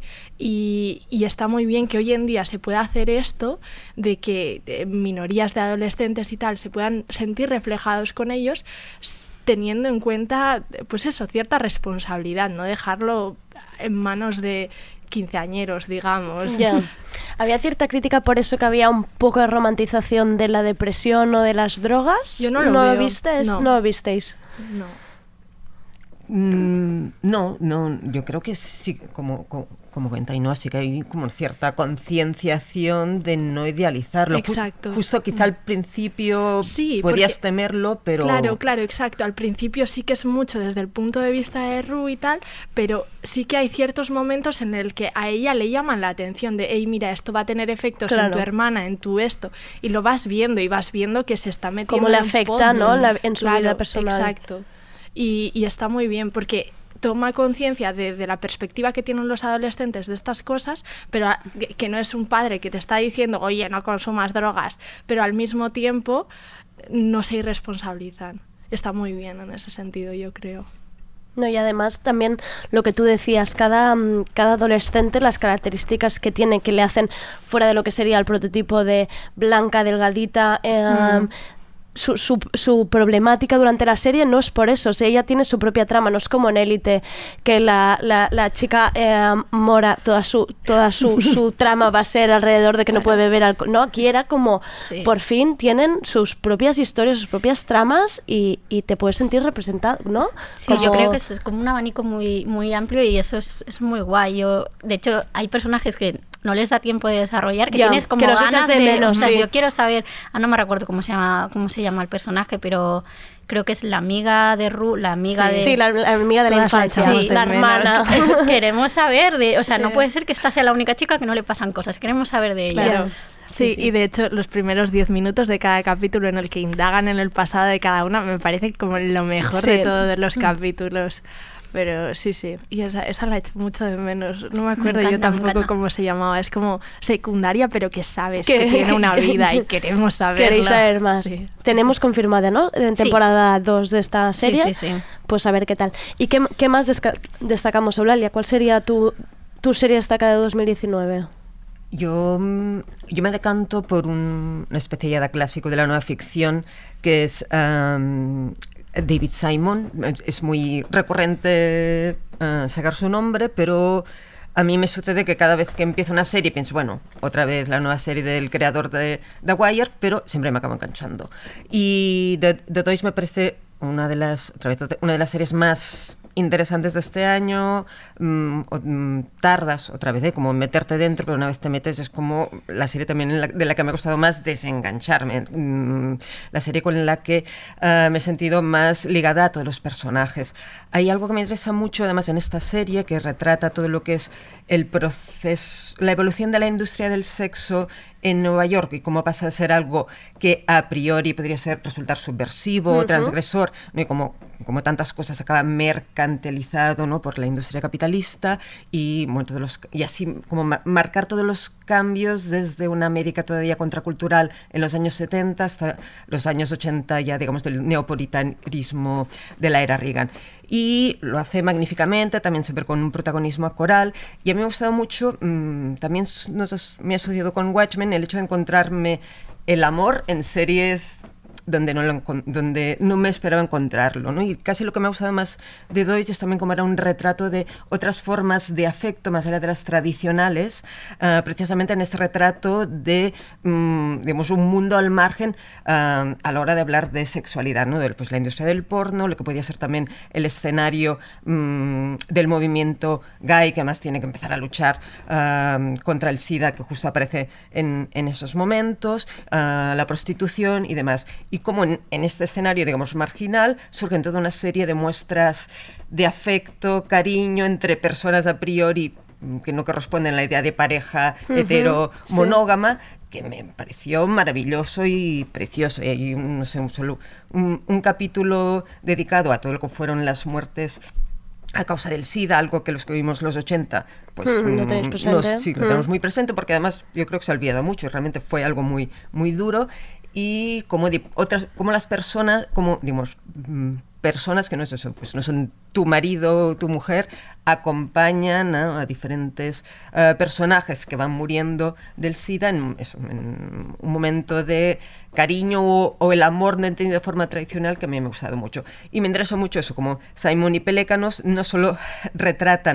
Y está muy bien que hoy en día se pueda hacer esto, de que minorías de adolescentes y tal se puedan sentir reflejados con ellos, teniendo en cuenta, pues eso, cierta responsabilidad, no dejarlo en manos de quinceañeros, digamos. Ya. ¿Había cierta crítica por eso, que había un poco de romantización de la depresión o de las drogas? Yo no lo veo. ¿Lo visteis? No. ¿No lo visteis? No. No, yo creo que sí, como cuenta Ainhoa, sí que hay como cierta concienciación de no idealizarlo. Exacto. Justo quizá al principio sí, podías temerlo, pero... Claro, exacto. Al principio sí que es mucho desde el punto de vista de Rue y tal, pero sí que hay ciertos momentos en el que a ella le llaman la atención de, hey, mira, esto va a tener efectos en tu hermana, en tu esto, y lo vas viendo que se está metiendo cómo le afecta, ¿no? En su vida personal. Exacto. Y está muy bien porque toma conciencia de la perspectiva que tienen los adolescentes de estas cosas, pero que no es un padre que te está diciendo, oye, no consumas drogas, pero al mismo tiempo no se irresponsabilizan. Está muy bien en ese sentido, yo creo. No, y además también lo que tú decías, cada adolescente, las características que tiene, que le hacen fuera de lo que sería el prototipo de blanca, delgadita, su problemática durante la serie no es por eso, o sea, ella tiene su propia trama, no es como en Élite, que la chica mora, toda su trama va a ser alrededor de que no puede beber alcohol. No, aquí era como, por fin tienen sus propias historias, sus propias tramas y te puedes sentir representado, ¿no? Sí, como... yo creo que es como un abanico muy, muy amplio y eso es muy guay. De hecho, hay personajes que no les da tiempo de desarrollar, que tienes como que ganas de menos, o sea, yo quiero saber, no me recuerdo cómo se llama el personaje, pero creo que es la amiga de Rue, la amiga de... Sí, la amiga de la infancia, sí, la hermana. Queremos saber no puede ser que esta sea la única chica que no le pasan cosas, queremos saber de ella. Claro. Sí, y de hecho los primeros 10 minutos de cada capítulo en el que indagan en el pasado de cada una me parece como lo mejor de todos los capítulos. Pero sí, y esa la he hecho mucho de menos. No me acuerdo yo tampoco cómo se llamaba. Es como secundaria, pero que sabes que tiene una vida y queremos saberla. Queréis saber más. Sí, tenemos confirmada, ¿no? En temporada 2 de esta serie. Sí. Pues a ver qué tal. ¿Y qué más destacamos, Eulalia? ¿Cuál sería tu serie destacada de 2019? Yo me decanto por una especie ya de clásico de la nueva ficción que es... David Simon. Es muy recurrente sacar su nombre, pero a mí me sucede que cada vez que empiezo una serie pienso, bueno, otra vez la nueva serie del creador de The Wire, pero siempre me acabo enganchando. Y The Toys me parece una de las series más interesantes de este año. Tardas otra vez, como meterte dentro, pero una vez te metes es como la serie también de la que me ha costado más desengancharme, la serie con la que me he sentido más ligada a todos los personajes. Hay algo que me interesa mucho además en esta serie, que retrata todo lo que es el proceso, la evolución de la industria del sexo en Nueva York y cómo pasa de ser algo que a priori podría resultar subversivo, transgresor, ¿no? Y como tantas cosas acaba mercantilizado, ¿no? Por la industria capitalista y así como marcar todos los cambios desde una América todavía contracultural en los años 70 hasta los años 80 ya, digamos, del neopuritanismo de la era Reagan. Y lo hace magníficamente, también siempre con un protagonismo coral. Y a mí me ha gustado mucho, también me ha asociado con Watchmen, el hecho de encontrarme el amor en series donde no me esperaba encontrarlo, ¿no? Y casi lo que me ha gustado más de Deutsch es también como era un retrato de otras formas de afecto más allá de las tradicionales, precisamente en este retrato de, digamos, un mundo al margen a la hora de hablar de sexualidad, ¿no? Pues la industria del porno, lo que podía ser también el escenario del movimiento gay, que además tiene que empezar a luchar contra el SIDA, que justo aparece en esos momentos, la prostitución y demás. Y como en este escenario, digamos, marginal, surgen toda una serie de muestras de afecto, cariño entre personas a priori que no corresponden a la idea de pareja hetero-monógama, que me pareció maravilloso y precioso. Y hay, no sé, un capítulo dedicado a todo lo que fueron las muertes a causa del SIDA, algo que los que vimos los 80, pues lo tenéis presente. Sí, lo tenemos muy presente, porque además yo creo que se ha olvidado mucho y realmente fue algo muy, muy duro. Y como las personas, como digamos, personas que no es eso, pues no son tu marido o tu mujer, acompañan a diferentes personajes que van muriendo del SIDA en un momento de cariño o el amor no entendido de forma tradicional, que a mí me ha gustado mucho. Y me interesa mucho eso, como Simon y Pelécanos no solo retratan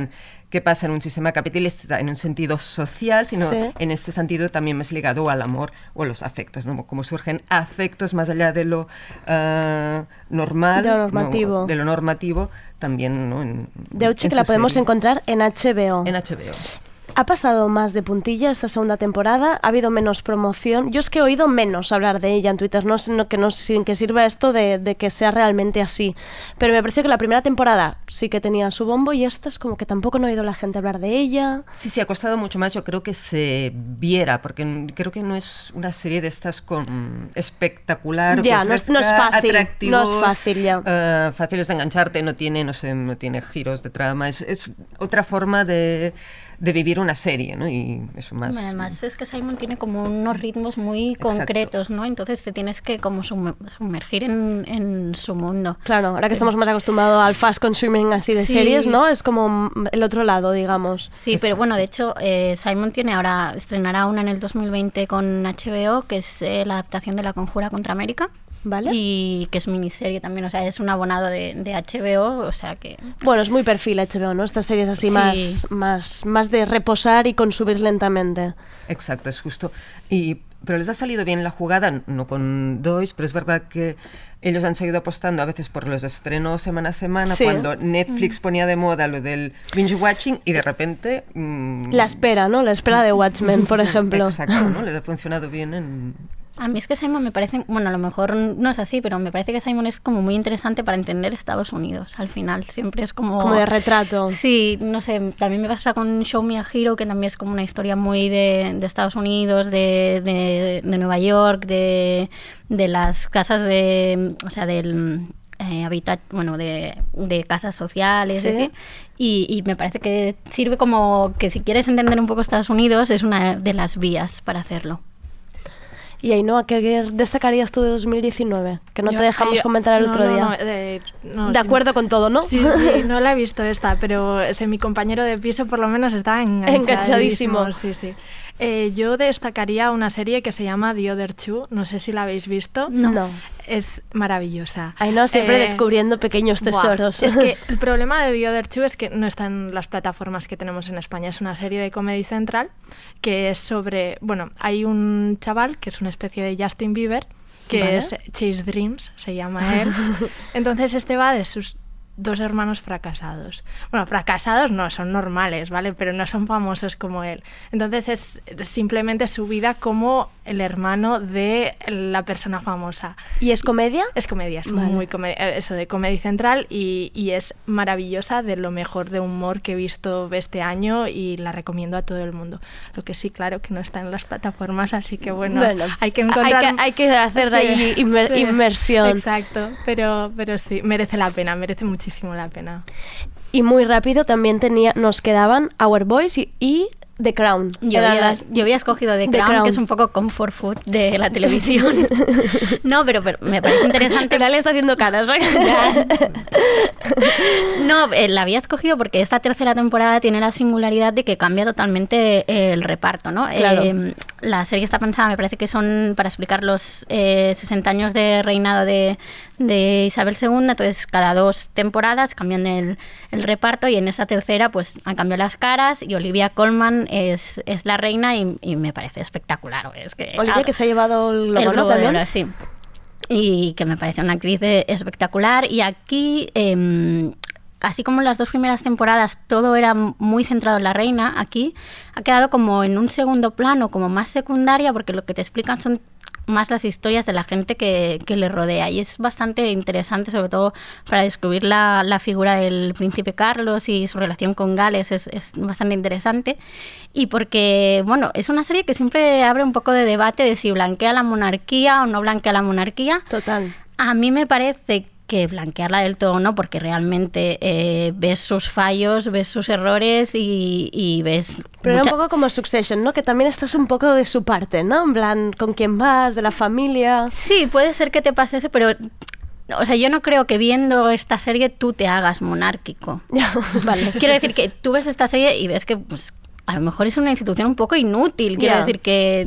qué pasa en un sistema capitalista en un sentido social, sino en este sentido también más ligado al amor o a los afectos, ¿no? Cómo surgen afectos más allá de lo normal, de lo normativo, de lo normativo también, ¿no? Deuchi, que la podemos encontrar en HBO. En HBO. ¿Ha pasado más de puntilla esta segunda temporada? ¿Ha habido menos promoción? Yo es que he oído menos hablar de ella en Twitter, sin que sirva esto de que sea realmente así. Pero me pareció que la primera temporada sí que tenía su bombo y esta es como que tampoco no he oído la gente hablar de ella. Sí, ha costado mucho más, yo creo que se viera, porque creo que no es una serie de estas con espectacular, ya, no es fácil, atractivos, no es fácil ya. Fáciles de engancharte, no tiene giros de trama, es otra forma de vivir una serie, ¿no? Y eso más. Además es que Simon tiene como unos ritmos muy concretos, ¿no? Entonces te tienes que como sumergir en su mundo. Claro, ahora que estamos más acostumbrados al fast consuming así de series, ¿no? Es como el otro lado, digamos. Sí, pero bueno, de hecho Simon estrenará una en el 2020 con HBO, que es la adaptación de La Conjura contra América. ¿Vale? Y que es miniserie también, o sea, es un abonado de HBO, o sea que... Bueno, es muy perfil HBO, ¿no? Estas series así más de reposar y consumir lentamente. Exacto, es justo. Pero les ha salido bien la jugada, no con Dois, pero es verdad que ellos han seguido apostando a veces por los estrenos semana a semana, cuando Netflix ponía de moda lo del binge watching y de repente... La espera, ¿no? La espera de Watchmen, por ejemplo. Exacto, ¿no? Les ha funcionado bien en... A mí es que Simon me parece, bueno, a lo mejor no es así, pero me parece que Simon es como muy interesante para entender Estados Unidos, al final, siempre es como... Como de retrato. Sí, no sé, también me pasa con Show Me a Hero, que también es como una historia muy de Estados Unidos, de Nueva York, de las casas o sea, del... de casas sociales, ¿sí? Y me parece que sirve como que si quieres entender un poco Estados Unidos, es una de las vías para hacerlo. Y Ainhoa, ¿qué destacarías tú de 2019? Que no te dejamos comentar el otro día. De acuerdo con todo, ¿no? Sí, no la he visto esta, pero mi compañero de piso por lo menos está enganchadísimo. Sí. Yo destacaría una serie que se llama The Other Two, no sé si la habéis visto. No. Es maravillosa. Ainhoa siempre descubriendo pequeños tesoros. Es que el problema de The Other Two es que no está en las plataformas que tenemos en España. Es una serie de Comedy Central que es sobre... Bueno, hay un chaval que es una especie de Justin Bieber, que es Chase Dreams, se llama él. Entonces este va de sus dos hermanos fracasados. Bueno, fracasados no, son normales, ¿vale? Pero no son famosos como él. Entonces es simplemente su vida como el hermano de la persona famosa. ¿Y es comedia? Es comedia, es muy comedia, eso de Comedy Central y es maravillosa, de lo mejor de humor que he visto este año y la recomiendo a todo el mundo. Lo que sí, claro, que no está en las plataformas, así que bueno hay que encontrar... Hay que hacer ahí inmersión. Exacto, pero sí, merece la pena, merece muchísimo la pena. Y muy rápido también nos quedaban Our Boys y The Crown. Yo había escogido The Crown, que es un poco comfort food de la televisión. No, pero me parece interesante. Pero le está haciendo caras. No, la había escogido porque esta tercera temporada tiene la singularidad de que cambia totalmente el reparto, ¿no? Claro. La serie está pensada, me parece que son para explicar los 60 años de reinado de Isabel II, entonces cada 2 temporadas cambian el reparto y en esta tercera pues han cambiado las caras y Olivia Colman es la reina y me parece espectacular. Es que, Olivia que se ha llevado el Globo de Oro, sí. Y que me parece una actriz espectacular. Y aquí, así como en las 2 primeras temporadas todo era muy centrado en la reina, aquí ha quedado como en un segundo plano, como más secundaria, porque lo que te explican son más las historias de la gente que le rodea y es bastante interesante, sobre todo para descubrir la figura del príncipe Carlos y su relación con Gales, es bastante interesante. Y porque, bueno, es una serie que siempre abre un poco de debate de si blanquea la monarquía o no blanquea la monarquía. Total. A mí me parece que blanquearla del todo no, porque realmente ves sus fallos, ves sus errores y ves... Pero era un poco como Succession, ¿no? Que también estás un poco de su parte, ¿no? En plan, con quién vas, de la familia... Sí, puede ser que te pase eso, pero... O sea, yo no creo que viendo esta serie tú te hagas monárquico. Vale. Quiero decir que tú ves esta serie y ves que pues, a lo mejor es una institución un poco inútil. Quiero decir que...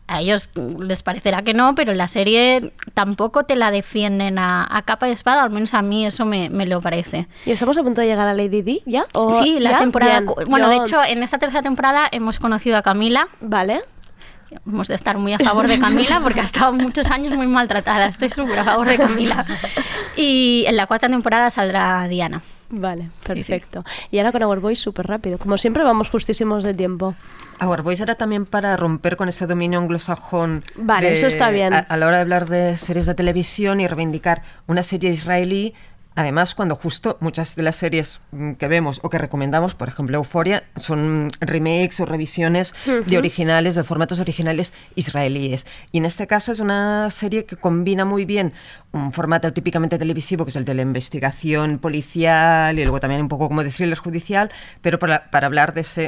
a ellos les parecerá que no, pero la serie tampoco te la defienden a capa y espada, al menos a mí eso me lo parece. ¿Y estamos a punto de llegar a Lady Di ya? ¿O sí, la ya? temporada... Bien. Bueno, de hecho, en esta tercera temporada hemos conocido a Camila. Vale. Hemos de estar muy a favor de Camila porque ha estado muchos años muy maltratada. Estoy súper a favor de Camila. Y en la cuarta temporada saldrá Diana. Vale, perfecto. Sí, sí. Y ahora con Our Boys súper rápido. Como siempre vamos justísimos de tiempo. Our Boys era también para romper con ese dominio anglosajón. Vale, eso está bien. A la hora de hablar de series de televisión y reivindicar una serie israelí. Además, cuando justo muchas de las series que vemos o que recomendamos, por ejemplo Euphoria, son remakes o revisiones de originales, de formatos originales israelíes. Y en este caso es una serie que combina muy bien un formato típicamente televisivo, que es el de la investigación policial y luego también un poco como de thriller judicial, pero para hablar de ese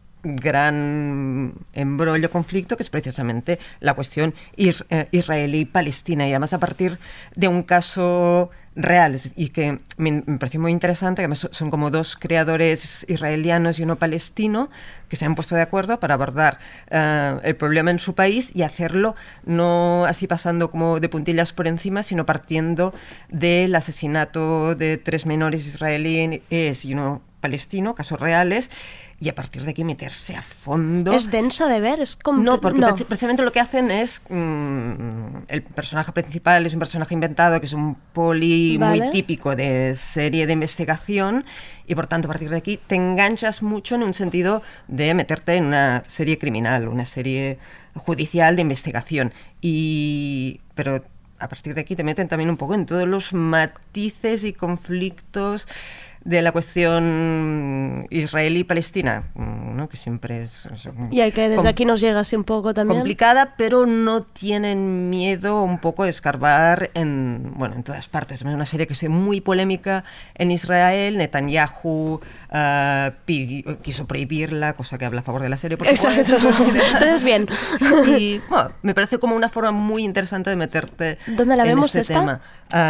gran embrollo, conflicto, que es precisamente la cuestión israelí-palestina, y además a partir de un caso real, y que me pareció muy interesante, que además son como dos creadores israelianos y uno palestino que se han puesto de acuerdo para abordar el problema en su país y hacerlo no así pasando como de puntillas por encima, sino partiendo del asesinato de 3 menores israelíes y uno palestino, casos reales, y a partir de aquí meterse a fondo. ¿Es densa de ver? No, porque precisamente lo que hacen es el personaje principal es un personaje inventado, que es un poli muy típico de serie de investigación, y por tanto a partir de aquí te enganchas mucho en un sentido de meterte en una serie criminal, una serie judicial de investigación, pero a partir de aquí te meten también un poco en todos los matices y conflictos de la cuestión israelí-palestina, ¿no? Que siempre es y hay que desde aquí nos llega así un poco también complicada, pero no tienen miedo un poco de escarbar en todas partes. Es una serie que es muy polémica en Israel. Netanyahu quiso prohibirla, cosa que habla a favor de la serie, por supuesto. Exacto. Entonces bien. Y me parece como una forma muy interesante de meterte. ¿Dónde la vemos este tema.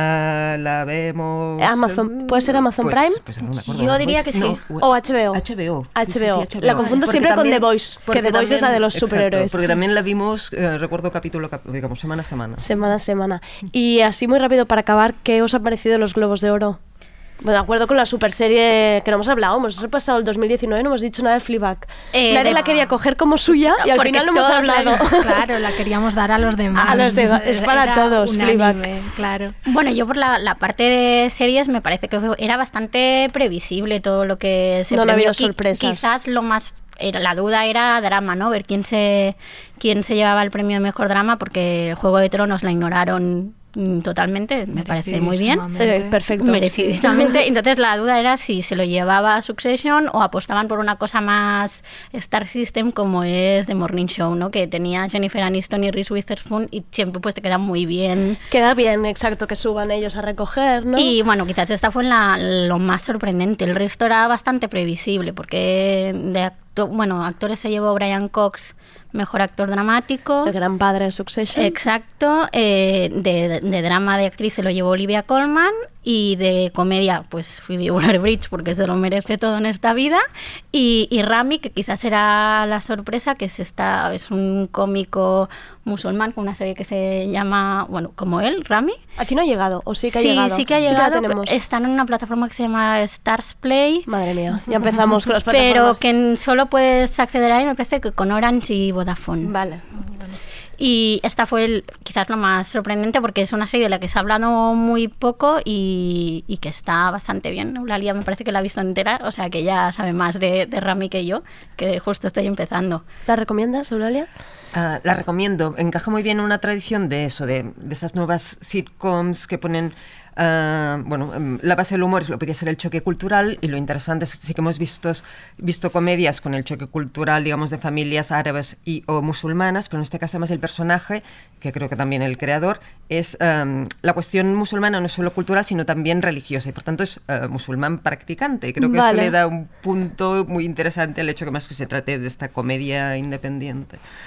La vemos Amazon, ¿puede ser Amazon Prime? Pues no me acuerdo. Yo diría que sí. O HBO. HBO. Sí, la confundo siempre con The Voice, que The Voice es la de los superhéroes. Exacto, porque también la vimos, recuerdo capítulo, digamos, semana a semana. Semana a semana. Y así muy rápido para acabar, ¿qué os ha parecido los Globos de Oro? Bueno, de acuerdo con la super serie que no hemos hablado, hemos repasado el 2019, no hemos dicho nada de Fleabag. Nadie la quería coger como suya y al final no hemos hablado. Claro, la queríamos dar a los demás. A los demás, es para todos, Fleabag. Claro. Bueno, yo por la parte de series me parece que era bastante previsible todo lo que se premió. No ha habido sorpresas. Quizás lo más... la duda era drama, ¿no? Ver quién se llevaba el premio de mejor drama, porque Juego de Tronos la ignoraron totalmente, me parece muy bien. Perfecto. Merecidísimamente. Entonces la duda era si se lo llevaba Succession o apostaban por una cosa más Star System, como es The Morning Show, ¿no? Que tenía Jennifer Aniston y Reese Witherspoon y siempre pues te queda muy bien. Queda bien, exacto, que suban ellos a recoger, ¿no? Y bueno, quizás esta fue lo más sorprendente. El resto era bastante previsible, porque actores se llevó Brian Cox, mejor actor dramático. El gran padre de Succession. Exacto. De drama de actriz se lo llevó Olivia Colman, y de comedia pues Phoebe Waller-Bridge, porque se lo merece todo en esta vida, y Rami, que quizás era la sorpresa, que es un cómico musulmán con una serie que se llama, como él, Rami. Aquí no ha llegado, ¿o sí que ha llegado? Sí que ha llegado, están en una plataforma que se llama Stars Play. Madre mía, ya empezamos con las plataformas. Pero que solo puedes acceder ahí, me parece que con Orange y Vodafone. Vale. Y esta fue quizás lo más sorprendente, porque es una serie de la que se ha hablado muy poco y que está bastante bien. Eulalia me parece que la ha visto entera, o sea que ya sabe más de Rami que yo, que justo estoy empezando. ¿La recomiendas, Eulalia? La recomiendo. Encaja muy bien en una tradición de eso, de esas nuevas sitcoms que ponen... la base del humor podría ser el choque cultural, y lo interesante es que sí que hemos visto comedias con el choque cultural, digamos, de familias árabes o musulmanas, pero en este caso además el personaje, que creo que también el creador, es la cuestión musulmana no es solo cultural, sino también religiosa, y por tanto es musulmán practicante, y creo que eso le da un punto muy interesante al hecho que más que se trate de esta comedia independiente.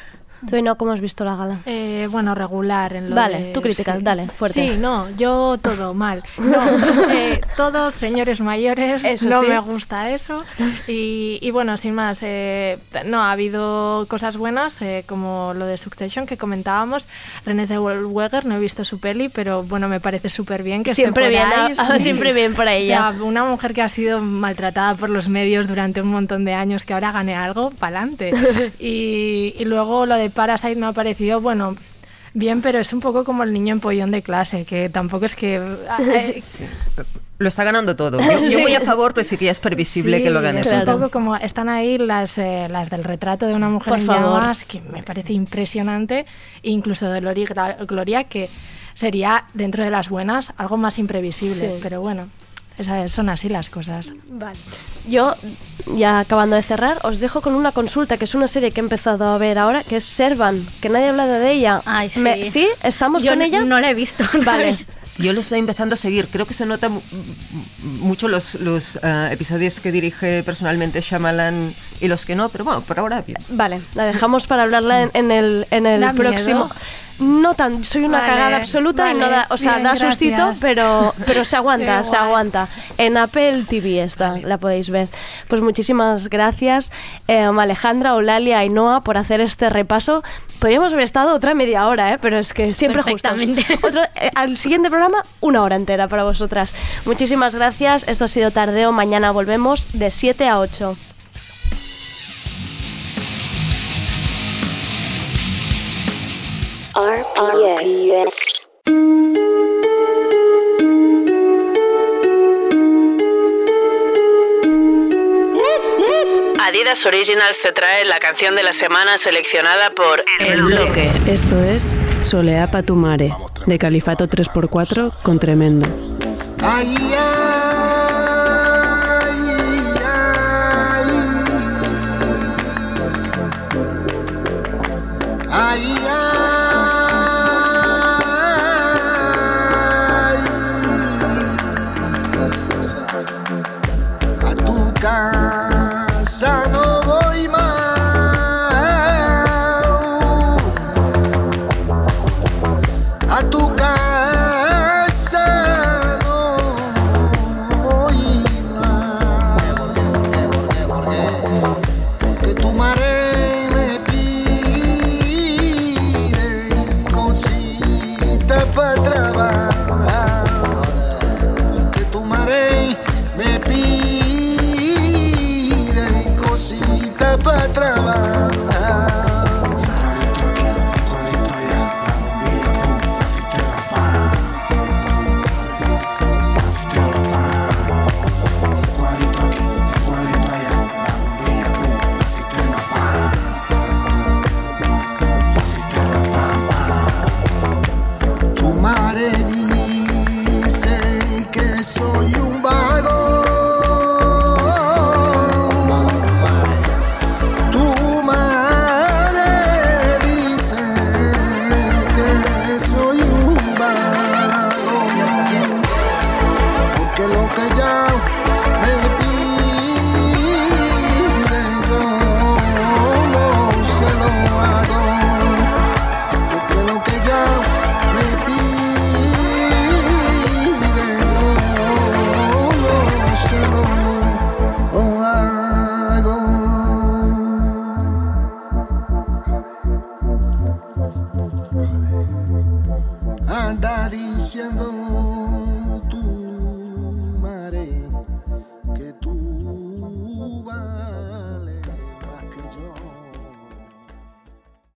Tú, no, ¿cómo has visto la gala? Bueno, regular en lo Vale, tú criticas, dale, fuerte. Sí, no, yo todo mal. No, todos señores mayores, eso no sí. me gusta eso. Y bueno, sin más, no, ha habido cosas buenas, como lo de Succession que comentábamos. Renée Zellweger, no he visto su peli, pero bueno, me parece súper bien que siempre esté por bien, ahí. Siempre bien por ella. O sea, una mujer que ha sido maltratada por los medios durante un montón de años, que ahora gane algo, pa'lante. Y luego lo de Parasite me ha parecido, bueno, bien, pero es un poco como el niño empollón de clase, que tampoco es que... Sí. Lo está ganando todo. Yo voy a favor, pero sí que ya es previsible que lo gane. Es un poco como están ahí las del retrato de una mujer por en favor. llamas, que me parece impresionante, e incluso de Lori Gloria, que sería, dentro de las buenas, algo más imprevisible, Sí. pero bueno, son así las cosas. Vale. Yo, ya acabando de cerrar, os dejo con una consulta, que es una serie que he empezado a ver ahora, que es Servant, que nadie ha hablado de ella. Ay, sí. ¿Sí? ¿Estamos Yo con ella? No la he visto. Vale. Yo lo estoy empezando a seguir. Creo que se nota mucho los episodios que dirige personalmente Shyamalan y los que no, pero bueno, por ahora bien. Vale, la dejamos para hablarla en el ¿Da próximo. miedo? No tan, soy una Vale, cagada absoluta y no da, o sea, bien, da sustito, gracias. pero se aguanta, Qué se guay. aguanta. En Apple TV está, la podéis ver. Pues muchísimas gracias, Alejandra, Eulalia, Ainhoa, por hacer este repaso. Podríamos haber estado otra media hora, pero es que siempre justo. Al siguiente programa, 1 hora entera para vosotras. Muchísimas gracias, esto ha sido Tardeo, mañana volvemos de 7 a 8. RPS. Adidas Originals te trae la canción de la semana seleccionada por El Bloque. Esto es Soleá pa' tu mare, de Califato 3x4 con Tremendo. Ay, ay, ay, ay.